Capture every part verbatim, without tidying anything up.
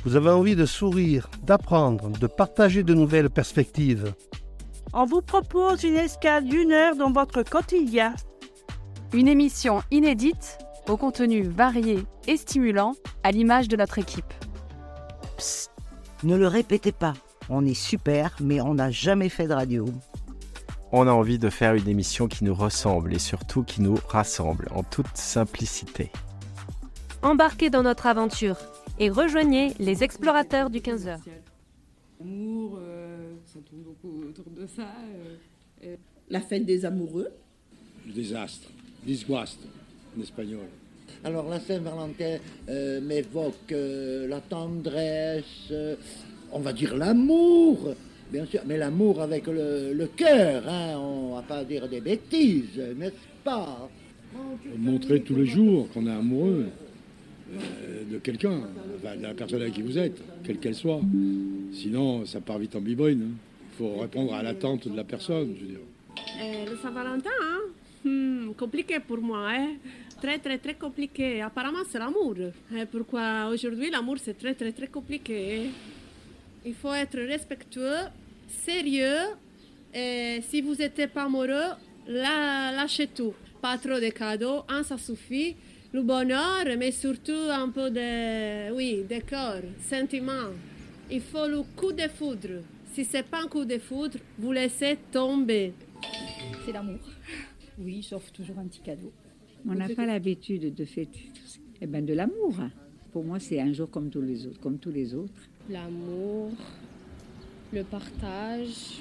Vous avez envie de sourire, d'apprendre, de partager de nouvelles perspectives. On vous propose une escale d'une heure dans votre quotidien. Une émission inédite, au contenu varié et stimulant, à l'image de notre équipe. Psst, ne le répétez pas. On est super, mais on n'a jamais fait de radio. On a envie de faire une émission qui nous ressemble et surtout qui nous rassemble, en toute simplicité. Embarquez dans notre aventure et rejoignez les explorateurs du quinze heures. L'amour, euh, ça tourne beaucoup autour de ça. Euh, euh. La fête des amoureux. Le désastre, disguaste en espagnol. Alors la Saint-Valentin euh, m'évoque euh, la tendresse, euh, on va dire l'amour, bien sûr, mais l'amour avec le, le cœur, hein, on va pas dire des bêtises, n'est-ce pas? Montrer tous les jours qu'on est amoureux euh, de quelqu'un, enfin, de la personne avec qui vous êtes, quelle qu'elle soit. Sinon, ça part vite en bibrine. Il hein. faut répondre à l'attente de la personne, je veux dire. Euh, le Saint-Valentin, hein hmm, compliqué pour moi, hein très très très compliqué. Apparemment, c'est l'amour. Et pourquoi aujourd'hui, l'amour, c'est très très très compliqué. Il faut être respectueux, sérieux, et si vous n'êtes pas amoureux, là, lâchez tout. Pas trop de cadeaux, un, ça suffit. Le bonheur, mais surtout un peu de, oui, de cœur, sentiment. Il faut le coup de foudre. Si ce n'est pas un coup de foudre, vous laissez tomber. C'est l'amour. Oui, sauf toujours un petit cadeau. On n'a pas l'habitude de fêter eh ben, de l'amour. Pour moi, c'est un jour comme tous les autres. Comme tous les autres. L'amour, le partage.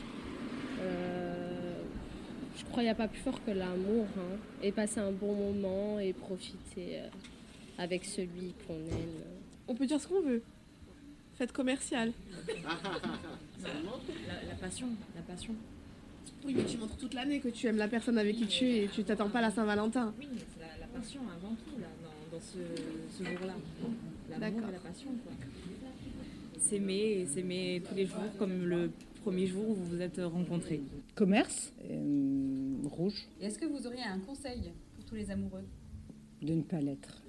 Euh, je crois qu'il n'y a pas plus fort que l'amour. Hein, et passer un bon moment et profiter euh, avec celui qu'on aime. On peut dire ce qu'on veut. Fête commerciale. la, la passion, la passion. Oui, mais tu montres toute l'année que tu aimes la personne avec qui tu es et tu t'attends pas à la Saint-Valentin. Oui, mais c'est la, la passion avant tout, là, dans, dans ce, ce jour-là. L'amour et la passion, quoi. S'aimer et s'aimer tous les jours comme le premier jour où vous vous êtes rencontrés. Commerce, euh, rouge. Et est-ce que vous auriez un conseil pour tous les amoureux? De ne pas l'être.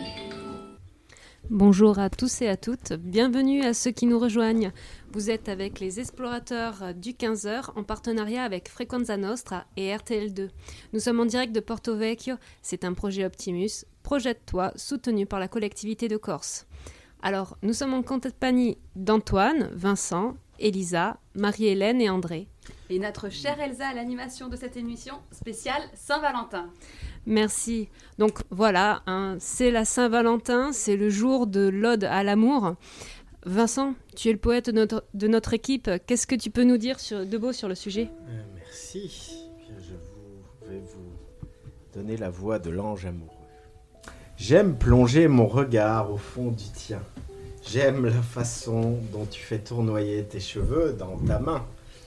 Bonjour à tous et à toutes, bienvenue à ceux qui nous rejoignent. Vous êtes avec les explorateurs du quinze heures en partenariat avec Frequenza Nostra et R T L deux. Nous sommes en direct de Porto Vecchio, c'est un projet Optimus, Projette-toi, soutenu par la collectivité de Corse. Alors, nous sommes en compagnie d'Antoine, Vincent, Elisa, Marie-Hélène et André. Et notre chère Elsa à l'animation de cette émission spéciale Saint-Valentin. Merci. Donc voilà, hein, c'est la Saint-Valentin, c'est le jour de l'ode à l'amour. Vincent, tu es le poète de notre, de notre équipe. Qu'est-ce que tu peux nous dire sur, de beau sur le sujet ? euh, Merci. Je vous, vais vous donner la voix de l'ange amoureux. J'aime plonger mon regard au fond du tien. J'aime la façon dont tu fais tournoyer tes cheveux dans ta main.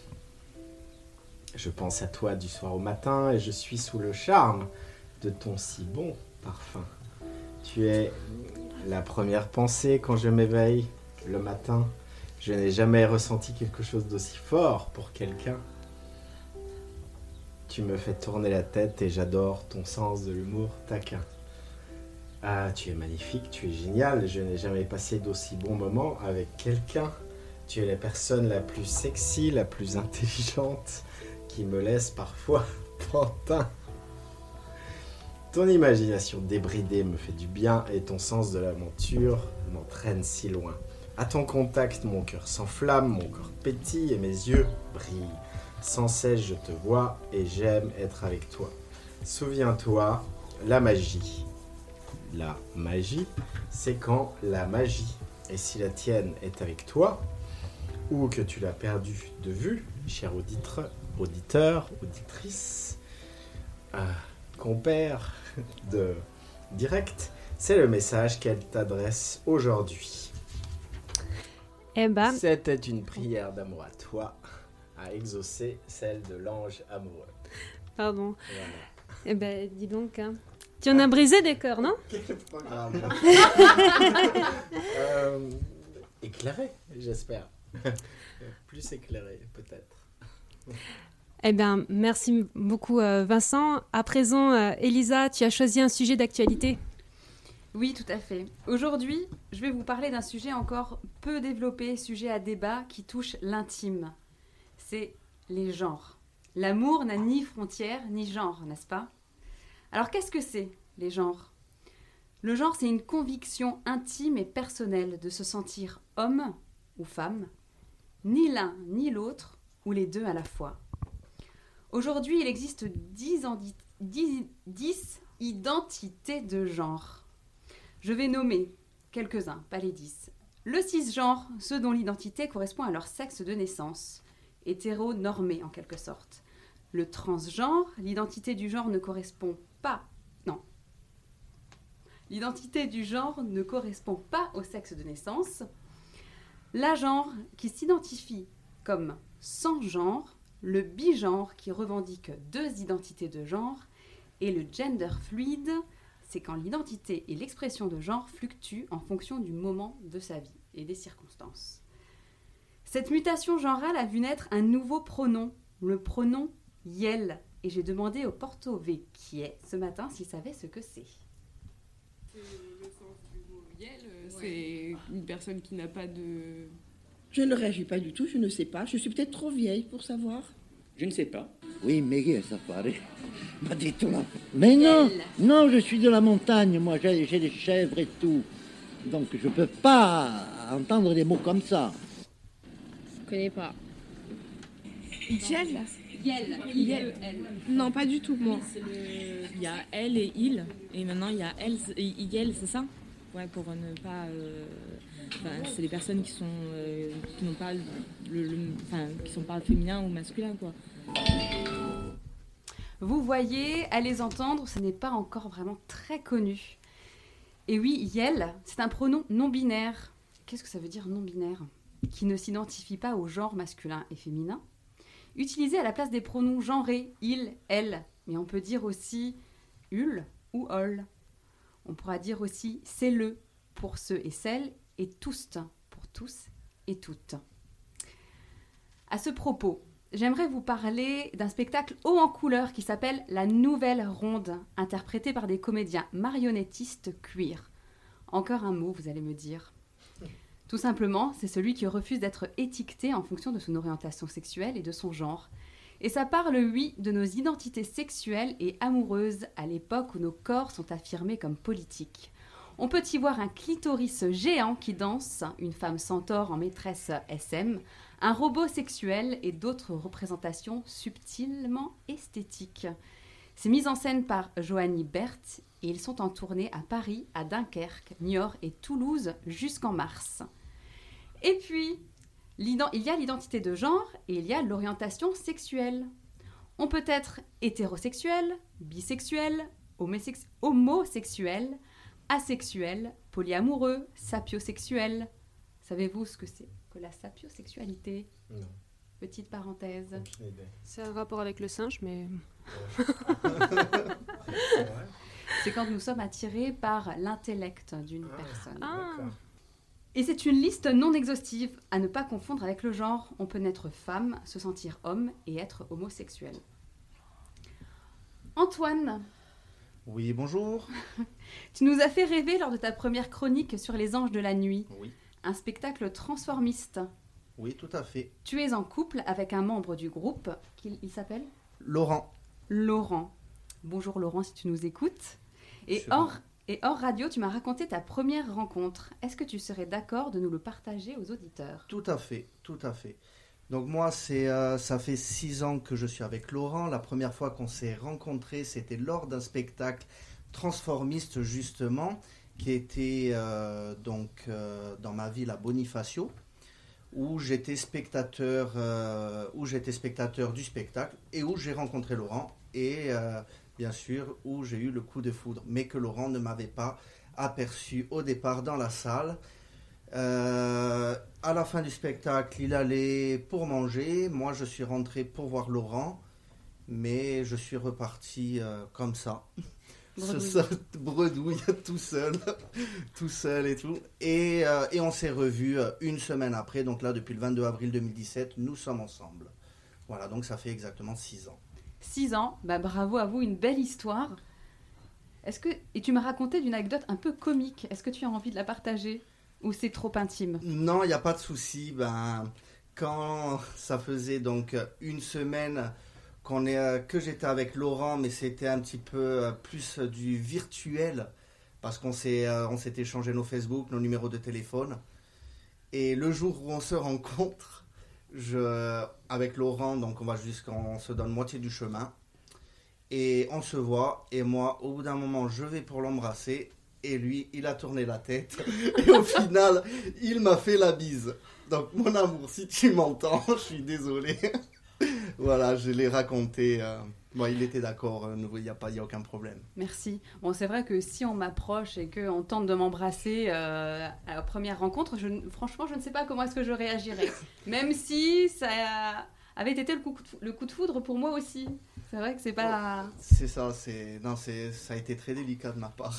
Je pense à toi du soir au matin et je suis sous le charme de ton si bon parfum. Tu es la première pensée quand je m'éveille le matin. Je n'ai jamais ressenti quelque chose d'aussi fort pour quelqu'un. Tu me fais tourner la tête et j'adore ton sens de l'humour taquin. Ah, tu es magnifique, tu es génial. Je n'ai jamais passé d'aussi bons moments avec quelqu'un. Tu es la personne la plus sexy, la plus intelligente, qui me laisse parfois pantin. Ton imagination débridée me fait du bien et ton sens de l'aventure m'entraîne si loin. À ton contact, mon cœur s'enflamme, mon corps pétille et mes yeux brillent. Sans cesse, je te vois et j'aime être avec toi. Souviens-toi, la magie. La magie, c'est quand la magie, et si la tienne est avec toi, ou que tu l'as perdue de vue, cher auditeur, auditeur, auditrice, euh, compère de direct, c'est le message qu'elle t'adresse aujourd'hui. Eh ben... C'était une prière d'amour à toi, à exaucer celle de l'ange amoureux. Pardon. Voilà. Eh ben, dis donc, hein. Tu en as brisé des cœurs, non? Quel programme. euh, Éclairé, j'espère. Plus éclairé, peut-être. Eh bien, merci beaucoup, euh, Vincent. À présent, euh, Elisa, tu as choisi un sujet d'actualité. Oui, tout à fait. Aujourd'hui, je vais vous parler d'un sujet encore peu développé, sujet à débat qui touche l'intime. C'est les genres. L'amour n'a ni frontières ni genre, n'est-ce pas? Alors qu'est-ce que c'est, les genres? Le genre, c'est une conviction intime et personnelle de se sentir homme ou femme, ni l'un ni l'autre, ou les deux à la fois. Aujourd'hui, il existe dix, andi- dix, dix identités de genre. Je vais nommer quelques-uns, pas les dix. Le cisgenre, ceux dont l'identité correspond à leur sexe de naissance, hétéronormé en quelque sorte. Le transgenre, l'identité du genre ne correspond pas, non. L'identité du genre ne correspond pas au sexe de naissance. L'agenre, qui s'identifie comme sans genre, le bigenre, qui revendique deux identités de genre, et le gender fluide, c'est quand l'identité et l'expression de genre fluctuent en fonction du moment de sa vie et des circonstances. Cette mutation genrale a vu naître un nouveau pronom, le pronom « yel », et j'ai demandé au Porto-Vecchie ce matin s'il savait ce que c'est. C'est le sens du mot yel, c'est une personne qui n'a pas de... Je ne réagis pas du tout, je ne sais pas. Je suis peut-être trop vieille pour savoir. Je ne sais pas. Oui, mais ça paraît. Ma dit-on. Mais non, non, je suis de la montagne, moi, j'ai, j'ai des chèvres et tout. Donc je peux pas entendre des mots comme ça. Je connais pas. Yel Yel. Yel. Non, pas du tout, moi. C'est le... Il y a elle et il, et maintenant il y a elle et yel, c'est ça? Ouais, pour ne pas... Euh... Enfin, c'est les personnes qui sont euh, qui n'ont pas le, le, enfin, qui sont pas féminins ou masculins, quoi. Vous voyez, à les entendre, ce n'est pas encore vraiment très connu. Et oui, yel, c'est un pronom non binaire. Qu'est-ce que ça veut dire non binaire? Qui ne s'identifie pas au genre masculin et féminin. Utilisé à la place des pronoms genrés, il, elle, mais on peut dire aussi ul ou ol. On pourra dire aussi c'est le pour ceux et celles, et tous pour tous et toutes. À ce propos, j'aimerais vous parler d'un spectacle haut en couleur qui s'appelle La Nouvelle Ronde, interprété par des comédiens marionnettistes queer. Encore un mot, vous allez me dire. Tout simplement, c'est celui qui refuse d'être étiqueté en fonction de son orientation sexuelle et de son genre. Et ça parle, oui, de nos identités sexuelles et amoureuses à l'époque où nos corps sont affirmés comme politiques. On peut y voir un clitoris géant qui danse, une femme centaure en maîtresse S M, un robot sexuel et d'autres représentations subtilement esthétiques. C'est mis en scène par Johanny Berthe et ils sont en tournée à Paris, à Dunkerque, Niort et Toulouse jusqu'en mars. Et puis, il y a l'identité de genre et il y a l'orientation sexuelle. On peut être hétérosexuel, bisexuel, homosex- homosexuel, asexuel, polyamoureux, sapiosexuel. Savez-vous ce que c'est que la sapiosexualité? Non. Petite parenthèse. C'est un rapport avec le singe, mais... C'est quand nous sommes attirés par l'intellect d'une ah, personne. Ah. Et c'est une liste non exhaustive, à ne pas confondre avec le genre. On peut naître femme, se sentir homme et être homosexuel. Antoine. Oui, bonjour. Tu nous as fait rêver lors de ta première chronique sur les anges de la nuit. Oui. Un spectacle transformiste. Oui, tout à fait. Tu es en couple avec un membre du groupe. Qui, il s'appelle Laurent. Laurent. Bonjour Laurent, si tu nous écoutes. Et hors, et hors radio, tu m'as raconté ta première rencontre. Est-ce que tu serais d'accord de nous le partager aux auditeurs? Tout à fait, tout à fait. Donc moi, c'est, euh, ça fait six ans que je suis avec Laurent. La première fois qu'on s'est rencontrés, c'était lors d'un spectacle transformiste, justement, qui était euh, donc, euh, dans ma ville à Bonifacio, où j'étais spectateur, euh, où j'étais spectateur du spectacle et où j'ai rencontré Laurent et euh, bien sûr où j'ai eu le coup de foudre, mais que Laurent ne m'avait pas aperçu au départ dans la salle. Euh, à la fin du spectacle, il allait pour manger, moi je suis rentré pour voir Laurent, mais je suis reparti euh, comme ça. Ce seul, bredouille, tout seul, tout seul et tout. Et, euh, et on s'est revus euh, une semaine après, donc là, depuis le vingt-deux avril deux mille dix-sept, nous sommes ensemble. Voilà, donc ça fait exactement six ans. Six ans, bah bravo à vous, une belle histoire. Est-ce que, et tu m'as raconté d'une anecdote un peu comique, est-ce que tu as envie de la partager? Ou c'est trop intime? Non, il n'y a pas de souci. Ben, quand ça faisait donc une semaine qu'on est, euh, que j'étais avec Laurent, mais c'était un petit peu euh, plus euh, du virtuel, parce qu'on s'est, euh, on s'est échangé nos Facebook, nos numéros de téléphone. Et le jour où on se rencontre, je, avec Laurent, donc on va jusqu'on se donne moitié du chemin. Et on se voit, et moi, au bout d'un moment, je vais pour l'embrasser, et lui, il a tourné la tête, et au final, il m'a fait la bise. Donc, mon amour, si tu m'entends, je suis désolé. Voilà, je l'ai raconté. Euh... Bon, il était d'accord, il n'y a, a aucun problème. Merci. Bon, c'est vrai que si on m'approche et qu'on tente de m'embrasser euh, à la première rencontre, je, franchement, je ne sais pas comment est-ce que je réagirais. Même si ça avait été le coup, de, le coup de foudre pour moi aussi. C'est vrai que c'est pas... Oh, c'est ça, c'est... Non, c'est... ça a été très délicat de ma part.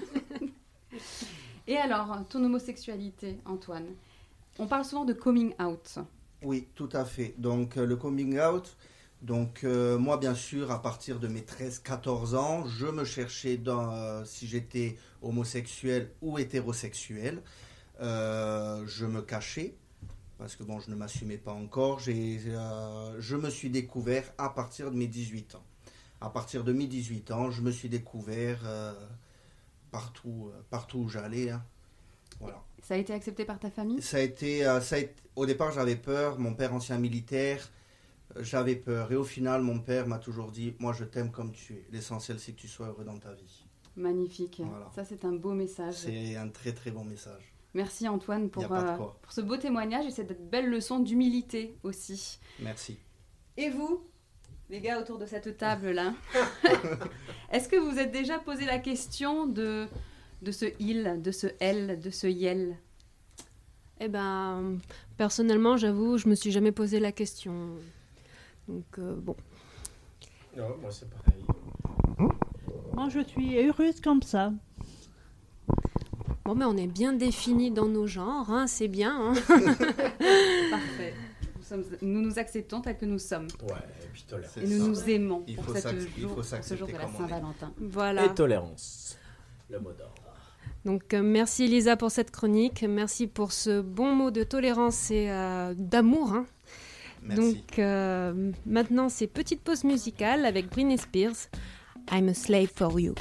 Et alors, ton homosexualité, Antoine, on parle souvent de coming out. Oui, tout à fait. Donc, euh, le coming out, donc euh, moi, bien sûr, à partir de mes treize quatorze ans, je me cherchais dans, euh, si j'étais homosexuel ou hétérosexuel. Euh, je me cachais. Parce que bon, je ne m'assumais pas encore. J'ai, euh, je me suis découvert à partir de mes dix-huit ans. À partir de mes dix-huit ans, je me suis découvert euh, partout, euh, partout où j'allais. Hein. Voilà. Ça a été accepté par ta famille ? Ça a été, euh, ça a été, au départ, j'avais peur. Mon père, ancien militaire, euh, j'avais peur. Et au final, mon père m'a toujours dit, moi, je t'aime comme tu es. L'essentiel, c'est que tu sois heureux dans ta vie. Magnifique. Voilà. Ça, c'est un beau message. C'est un très, très bon message. Merci Antoine pour, euh, pour ce beau témoignage et cette belle leçon d'humilité aussi. Merci. Et vous, les gars autour de cette table-là, est-ce que vous vous êtes déjà posé la question de, de ce il, de ce elle, de ce yel ? Eh ben, personnellement, j'avoue, je me suis jamais posé la question. Donc, euh, bon. Non, moi c'est pareil. Moi, je suis heureuse comme ça. Bon, mais on est bien définis dans nos genres, hein, c'est bien. Hein. Parfait. Nous, sommes, nous nous acceptons tels que nous sommes. Ouais, et puis tolérance. Et nous ça. nous aimons il pour, faut cette s'ac- jour, il faut pour ce jour de la Saint-Valentin. Voilà. Et tolérance, le mot d'ordre. Donc, euh, merci Elisa pour cette chronique. Merci pour ce bon mot de tolérance et euh, d'amour. Hein. Merci. Donc, euh, maintenant, c'est petite pause musicale avec Britney Spears. I'm a slave for you.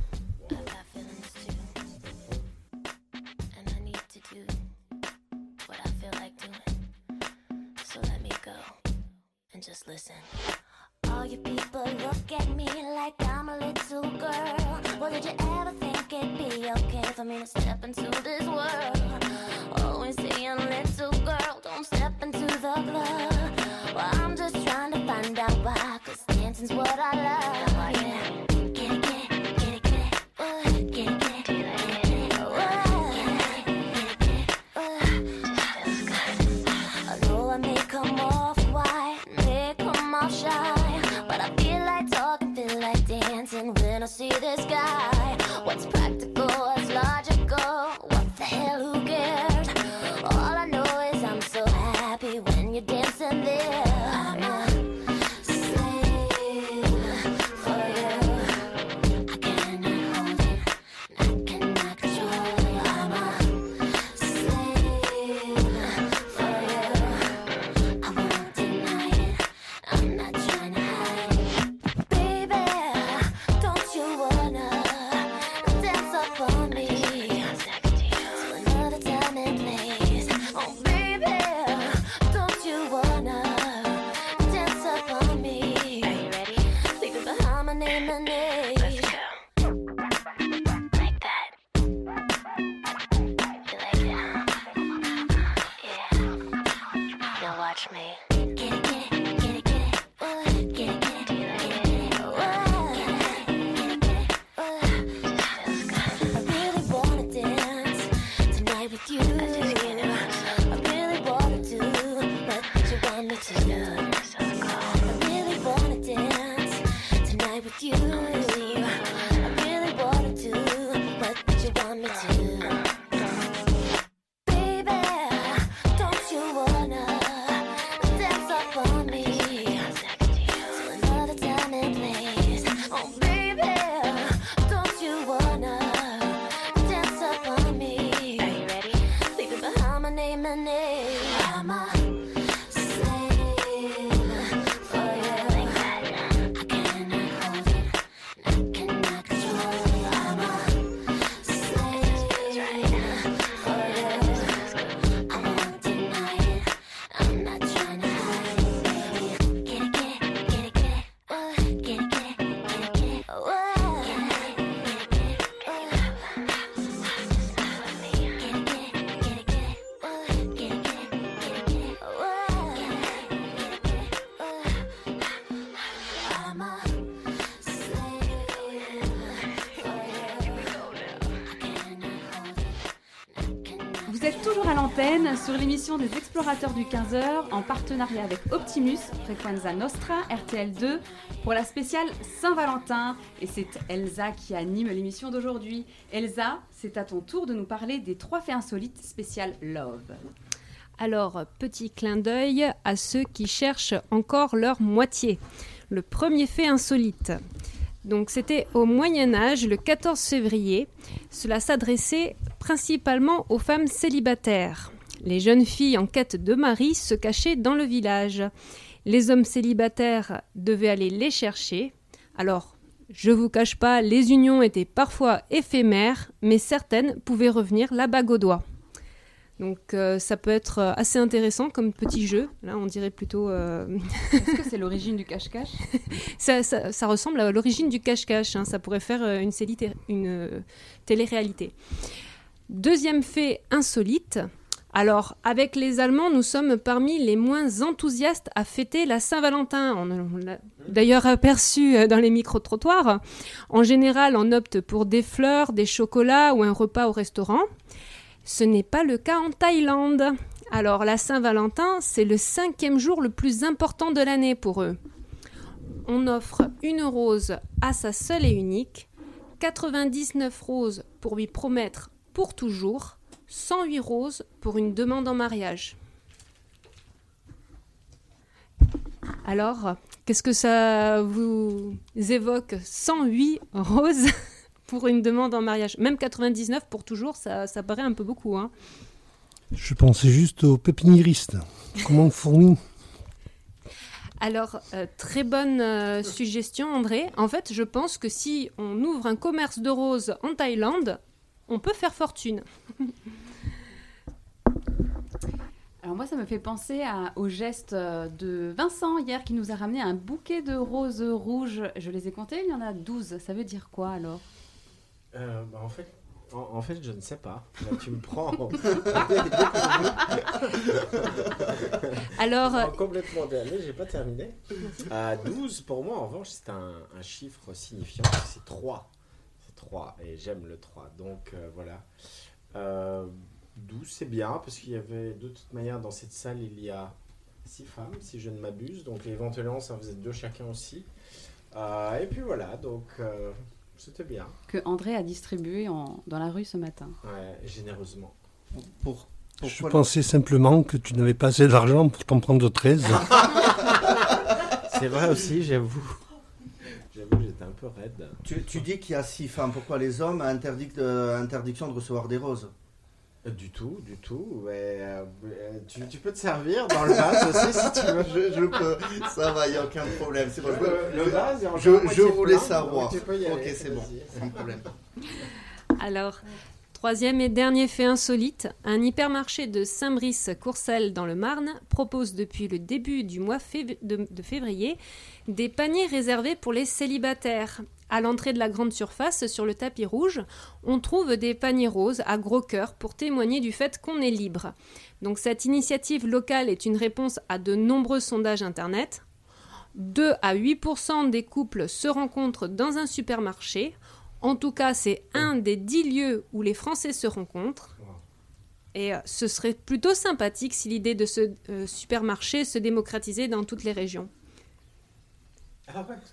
Just listen. All you people look at me like I'm a little girl. Well, did you ever think it'd be okay for me to step into this world? Always saying, little girl, don't step into the club. Well, I'm just trying to find out why, cause dancing's what I love. Yeah. Get it, get it, get it, get it. Uh, get it, get it, get it, get it, get it. Uh, get it, get it, get it. Uh, I know I may come off quiet, may come off shy, but I feel like talking, feel like dancing when I see this guy. What's practical, what's logical, what the hell, who lemonade. I'm a slave for you. I cannot hold it, I cannot control it. I'm a slave for you. I won't deny it, I'm not trying to hide it, baby. Get it, get it, get it, get it. Uh, get it, get it, get it, get it. Uh, get it, get it, get it, get it. Vous êtes toujours à l'antenne sur l'émission des Explorateurs du quinze heures en partenariat avec Optimus, Frequenza Nostra, R T L deux pour la spéciale Saint-Valentin. Et c'est Elsa qui anime l'émission d'aujourd'hui. Elsa, c'est à ton tour de nous parler des trois faits insolites spécial Love. Alors, petit clin d'œil à ceux qui cherchent encore leur moitié. Le premier fait insolite. Donc, c'était au Moyen-Âge, le quatorze février. Cela s'adressait principalement aux femmes célibataires. Les jeunes filles en quête de mari se cachaient dans le village. Les hommes célibataires devaient aller les chercher. Alors, je vous cache pas, les unions étaient parfois éphémères, mais certaines pouvaient revenir la bague au doigt. Donc euh, ça peut être assez intéressant comme petit jeu. Là, on dirait plutôt... Euh... Est-ce que c'est l'origine du cache-cache ? ça, ça, ça ressemble à l'origine du cache-cache. Hein. Ça pourrait faire une, célité, une euh, télé-réalité. Deuxième fait insolite. Alors, avec les Allemands, nous sommes parmi les moins enthousiastes à fêter la Saint-Valentin. On, on l'a d'ailleurs aperçu dans les micro-trottoirs. En général, on opte pour des fleurs, des chocolats ou un repas au restaurant. Ce n'est pas le cas en Thaïlande. Alors, la Saint-Valentin, c'est le cinquième jour le plus important de l'année pour eux. On offre une rose à sa seule et unique, quatre-vingt-dix-neuf roses pour lui promettre pour toujours, cent huit roses pour une demande en mariage. Alors, qu'est-ce que ça vous évoque, cent huit roses pour une demande en mariage? Même quatre-vingt-dix-neuf pour toujours, ça, ça paraît un peu beaucoup. Hein. Je pensais juste aux pépiniéristes. Comment on fournit ? Alors, euh, très bonne euh, suggestion, André. En fait, je pense que si on ouvre un commerce de roses en Thaïlande, on peut faire fortune. Alors moi, ça me fait penser à, au geste de Vincent hier qui nous a ramené un bouquet de roses rouges. Je les ai comptées, il y en a douze. Ça veut dire quoi alors ? Euh, bah en fait, en, en fait, je ne sais pas. Là, tu me prends. Alors, euh... complètement dernier, j'ai pas terminé. Euh, douze, pour moi, en revanche, c'est un, un chiffre signifiant. C'est trois. C'est trois, et j'aime le trois. Donc euh, voilà. Euh, douze, c'est bien parce qu'il y avait de toute manière dans cette salle, il y a six femmes, si je ne m'abuse. Donc éventuellement, ça faisait deux chacun aussi. Euh, et puis voilà, donc. Euh, C'était bien. Que André a distribué en, dans la rue ce matin. Ouais, généreusement. Pour, Je pensais simplement que tu n'avais pas assez d'argent pour t'en prendre treize. C'est vrai aussi, j'avoue. J'avoue que j'étais un peu raide. Tu, tu dis qu'il y a six femmes. Pourquoi les hommes ont interdic- euh, interdiction de recevoir des roses ? Du tout, du tout. Ouais, euh, tu, tu peux te servir dans le vase aussi si tu veux. Je, je peux. Ça va, il n'y a aucun problème. C'est bon, je peux, le, le vase est en je, je voulais plein, savoir. Tu peux y aller, ok, c'est, c'est bon. Sans problème. Alors, troisième et dernier fait insolite. Un hypermarché de Saint-Brice-Courcelles dans le Marne propose depuis le début du mois fév- de, de février des paniers réservés pour les célibataires. À l'entrée de la grande surface, sur le tapis rouge, on trouve des paniers roses à gros cœurs pour témoigner du fait qu'on est libre. Donc cette initiative locale est une réponse à de nombreux sondages internet. deux à huit pour cent des couples se rencontrent dans un supermarché. En tout cas, c'est un des dix lieux où les Français se rencontrent. Et euh, ce serait plutôt sympathique si l'idée de ce euh, supermarché se démocratisait dans toutes les régions. Ah ouais.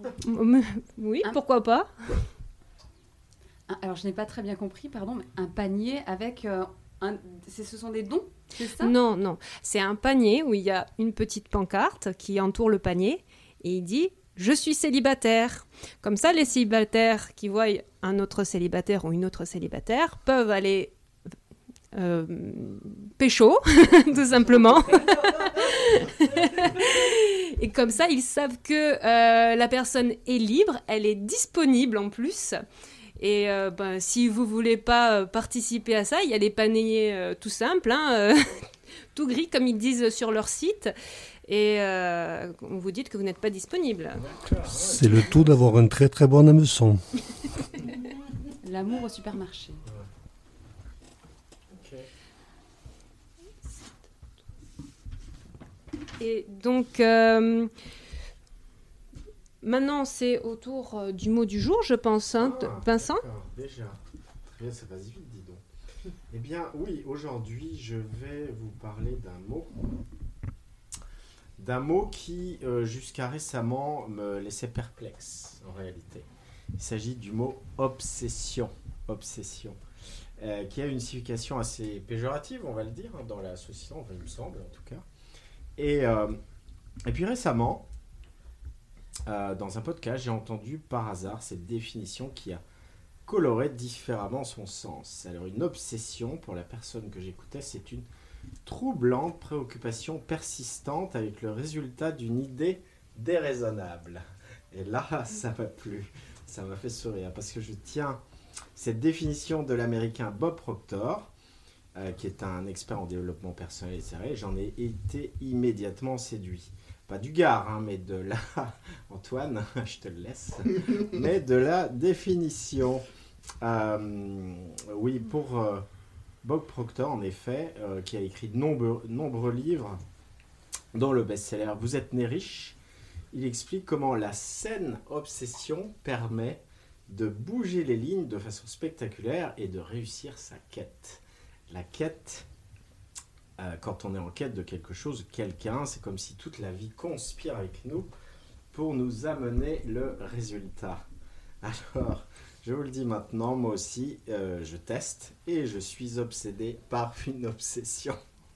Oui, un... pourquoi pas ? Alors, je n'ai pas très bien compris, pardon, mais un panier avec... Euh, un... c'est, ce sont des dons, c'est ça ? Non, non. C'est un panier où il y a une petite pancarte qui entoure le panier et il dit « Je suis célibataire ». Comme ça, les célibataires qui voient un autre célibataire ou une autre célibataire peuvent aller euh, pécho, tout simplement. Et comme ça, ils savent que euh, la personne est libre, elle est disponible en plus. Et euh, ben, si vous voulez pas euh, participer à ça, il y a des paniers euh, tout simples, hein, euh, tout gris comme ils disent sur leur site. Et euh, on vous dit que vous n'êtes pas disponible. C'est le tout d'avoir un très très bon hameçon. L'amour au supermarché. Et donc, euh, maintenant, c'est au tour euh, du mot du jour, je pense, hein, Ah, Vincent. d'accord, déjà. Très bien, ça passe vite, dis donc. Eh bien, oui, aujourd'hui, je vais vous parler d'un mot. D'un mot qui, euh, jusqu'à récemment, me laissait perplexe, en réalité. Il s'agit du mot obsession. Obsession. Euh, qui a une signification assez péjorative, on va le dire, hein, dans la société, enfin, il me semble, en tout cas. Et, euh, et puis récemment, euh, dans un podcast, j'ai entendu par hasard cette définition qui a coloré différemment son sens. Alors, une obsession, pour la personne que j'écoutais, c'est une troublante préoccupation persistante avec le résultat d'une idée déraisonnable. Et là, ça m'a plu, ça m'a fait sourire, parce que je tiens cette définition de l'américain Bob Proctor, Euh, qui est un expert en développement personnel, et cetera. Et j'en ai été immédiatement séduit. Pas du gars, hein, mais de la... Antoine, je te le laisse. Mais de la définition. Euh, oui, pour euh, Bob Proctor, en effet, euh, qui a écrit de nombreux, nombreux livres, dont le best-seller « Vous êtes né riche », il explique comment la saine obsession permet de bouger les lignes de façon spectaculaire et de réussir sa quête. La quête, euh, quand on est en quête de quelque chose, quelqu'un, c'est comme si toute la vie conspire avec nous pour nous amener le résultat. Alors, je vous le dis maintenant, moi aussi, euh, je teste et je suis obsédé par une obsession.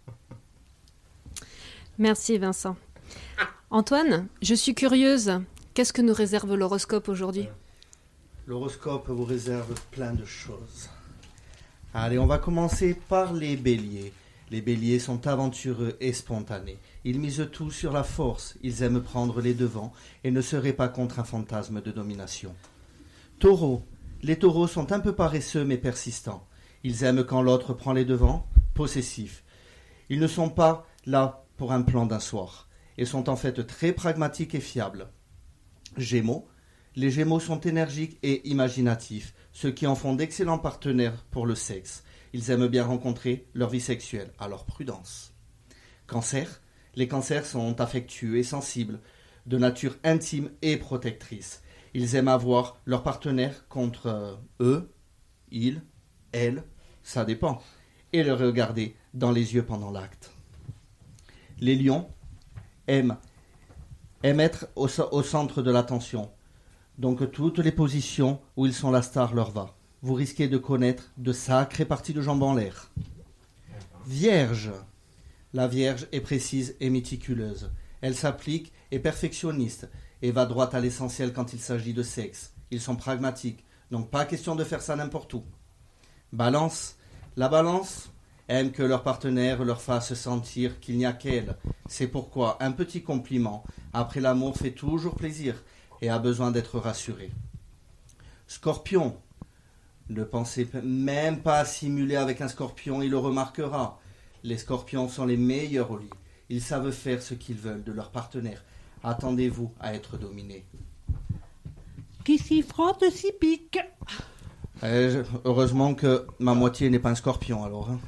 Merci Vincent. Antoine, je suis curieuse. Qu'est-ce que nous réserve l'horoscope aujourd'hui ? L'horoscope vous réserve plein de choses. Allez, on va commencer par les béliers. Les béliers sont aventureux et spontanés. Ils misent tout sur la force. Ils aiment prendre les devants et ne seraient pas contre un fantasme de domination. Taureaux. Les taureaux sont un peu paresseux mais persistants. Ils aiment quand l'autre prend les devants, possessifs. Ils ne sont pas là pour un plan d'un soir et sont en fait très pragmatiques et fiables. Gémeaux. Les Gémeaux sont énergiques et imaginatifs, ce qui en font d'excellents partenaires pour le sexe. Ils aiment bien rencontrer leur vie sexuelle, alors prudence. Cancer. Les cancers sont affectueux et sensibles, de nature intime et protectrice. Ils aiment avoir leur partenaire contre euh, eux, ils, elles, ça dépend, et le regarder dans les yeux pendant l'acte. Les lions aiment, aiment être au, au centre de l'attention. Donc toutes les positions où ils sont la star leur va. Vous risquez de connaître de sacrées parties de jambes en l'air. Vierge. La Vierge est précise et méticuleuse. Elle s'applique, est perfectionniste et va droit à l'essentiel quand il s'agit de sexe. Ils sont pragmatiques, donc pas question de faire ça n'importe où. Balance. La Balance aime que leur partenaire leur fasse sentir qu'il n'y a qu'elle. C'est pourquoi un petit compliment après l'amour fait toujours plaisir et a besoin d'être rassuré. Scorpion. Ne pensez même pas à simuler avec un scorpion, il le remarquera. Les scorpions sont les meilleurs au lit. Ils savent faire ce qu'ils veulent de leur partenaire. Attendez-vous à être dominé. Qui s'y frotte s'y pique. Euh, heureusement que ma moitié n'est pas un scorpion alors. Hein.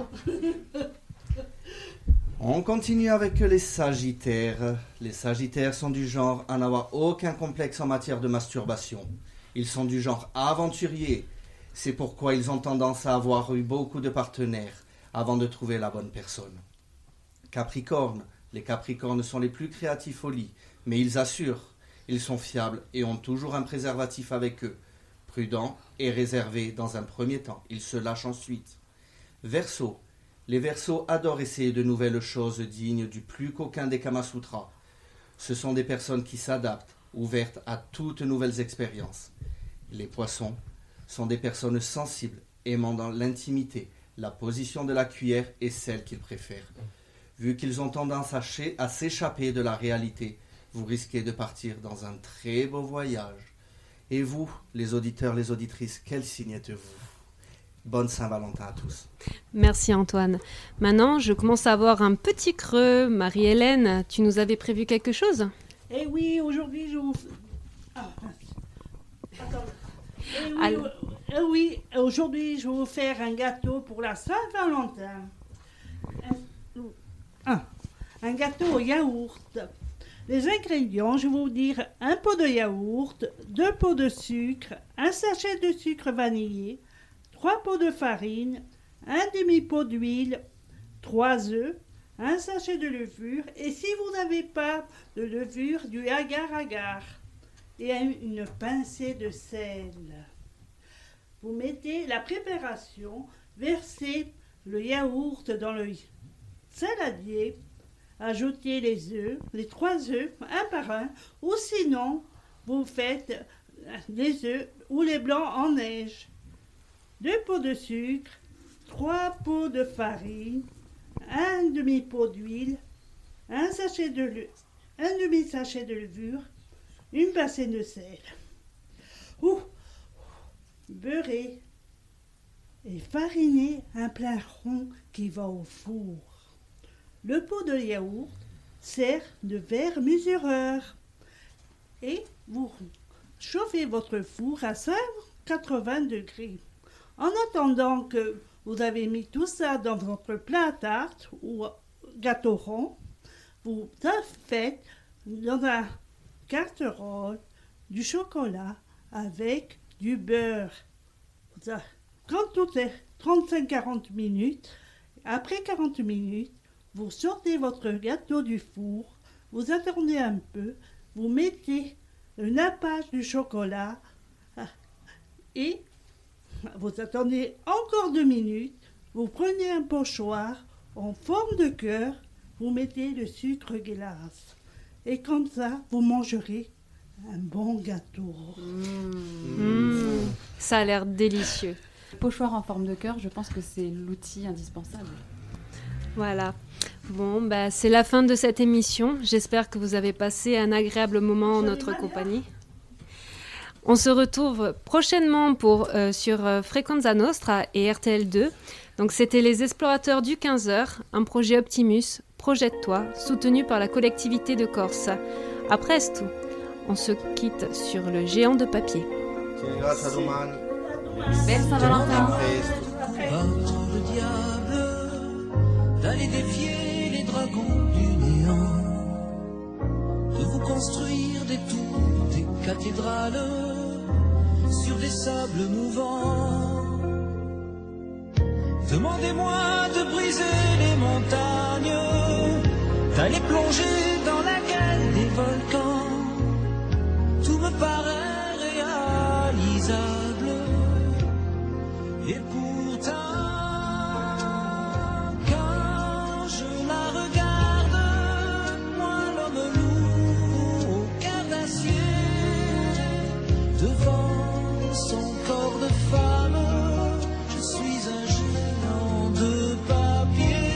On continue avec les Sagittaires. Les Sagittaires sont du genre à n'avoir aucun complexe en matière de masturbation. Ils sont du genre aventurier. C'est pourquoi ils ont tendance à avoir eu beaucoup de partenaires avant de trouver la bonne personne. Capricorne. Les Capricornes sont les plus créatifs au lit, mais ils assurent. Ils sont fiables et ont toujours un préservatif avec eux. Prudents et réservés dans un premier temps. Ils se lâchent ensuite. Verseau. Les Verseaux adorent essayer de nouvelles choses dignes du plus coquin des Kamasutras. Ce sont des personnes qui s'adaptent, ouvertes à toutes nouvelles expériences. Les Poissons sont des personnes sensibles, aimant dans l'intimité, la position de la cuillère est celle qu'ils préfèrent. Vu qu'ils ont tendance à, ch- à s'échapper de la réalité, vous risquez de partir dans un très beau voyage. Et vous, les auditeurs, les auditrices, quel signe êtes-vous ? Bonne Saint-Valentin à tous. Merci Antoine. Maintenant, je commence à avoir un petit creux. Marie-Hélène, tu nous avais prévu quelque chose ? Eh oui, aujourd'hui, je vous... Ah, attends. Eh oui, Alors... eh oui, aujourd'hui, je vais vous faire un gâteau pour la Saint-Valentin. Un, un, un gâteau au yaourt. Les ingrédients, je vais vous dire un pot de yaourt, deux pots de sucre, un sachet de sucre vanillé, trois pots de farine, un demi-pot d'huile, trois œufs, un sachet de levure et si vous n'avez pas de levure, du agar-agar et une pincée de sel. Vous mettez la préparation, versez le yaourt dans le saladier, ajoutez les œufs, les trois œufs, un par un, ou sinon, vous faites les œufs ou les blancs en neige. Deux pots de sucre, trois pots de farine, un demi-pot d'huile, un sachet de le... un demi-sachet de levure, une pincée de sel. Ouh, beurrez et farinez un plat rond qui va au four. Le pot de yaourt sert de verre mesureur et vous chauffez votre four à cent quatre-vingts degrés. En attendant que vous avez mis tout ça dans votre plat à tarte ou gâteau rond, vous faites dans un casserole du chocolat avec du beurre. Quand tout est trente-cinq à quarante minutes, après quarante minutes, vous sortez votre gâteau du four, vous attendez un peu, vous mettez le nappage du chocolat et vous attendez encore deux minutes, vous prenez un pochoir en forme de cœur, vous mettez le sucre glace. Et comme ça, vous mangerez un bon gâteau. Mmh. Mmh. Ça a l'air délicieux. Pochoir en forme de cœur, je pense que c'est l'outil indispensable. Voilà. Bon, bah, c'est la fin de cette émission. J'espère que vous avez passé un agréable moment en notre compagnie. On se retrouve prochainement pour, euh, sur euh, Frequenza Nostra et R T L deux. Donc, c'était les Explorateurs du quinze heures, un projet Optimus, Projette-toi, soutenu par la collectivité de Corse. À presto, on se quitte sur le géant de papier. Belle Saint-Valentin. Le diable d'aller défier les dragons du néant, de vous construire des tours, des cathédrales sur des sables mouvants. Demandez-moi de briser les montagnes, d'aller plonger dans la gueule des volcans. Tout me paraît réalisable, et pourtant, quand je la regarde, moi l'homme lourd au cœur d'acier, devant son corps de femme, je suis un géant de papier.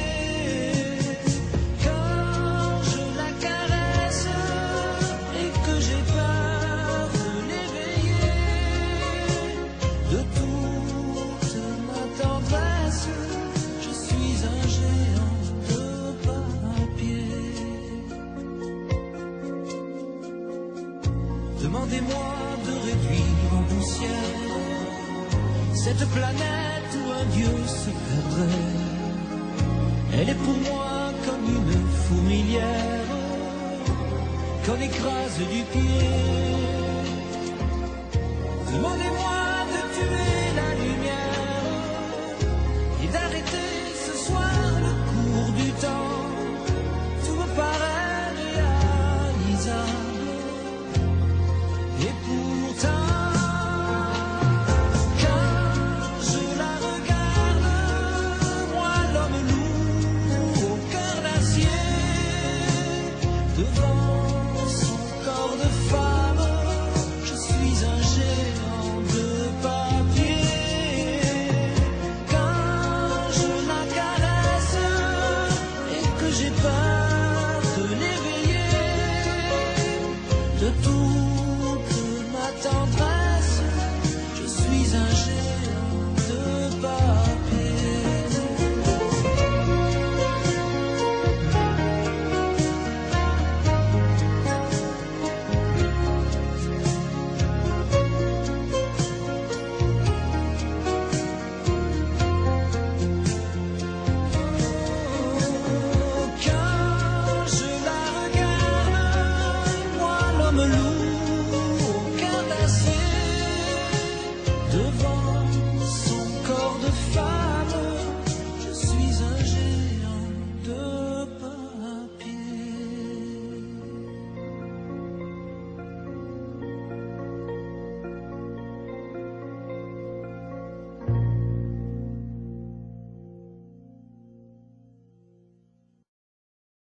Quand je la caresse et que j'ai peur de l'éveiller, de toute ma tendresse, je suis un géant de papier. Demandez-moi de réduire en poussière cette planète où un dieu se perdrait. Elle est pour moi comme une fourmilière qu'on écrase du pied. Demandez-moi de tuer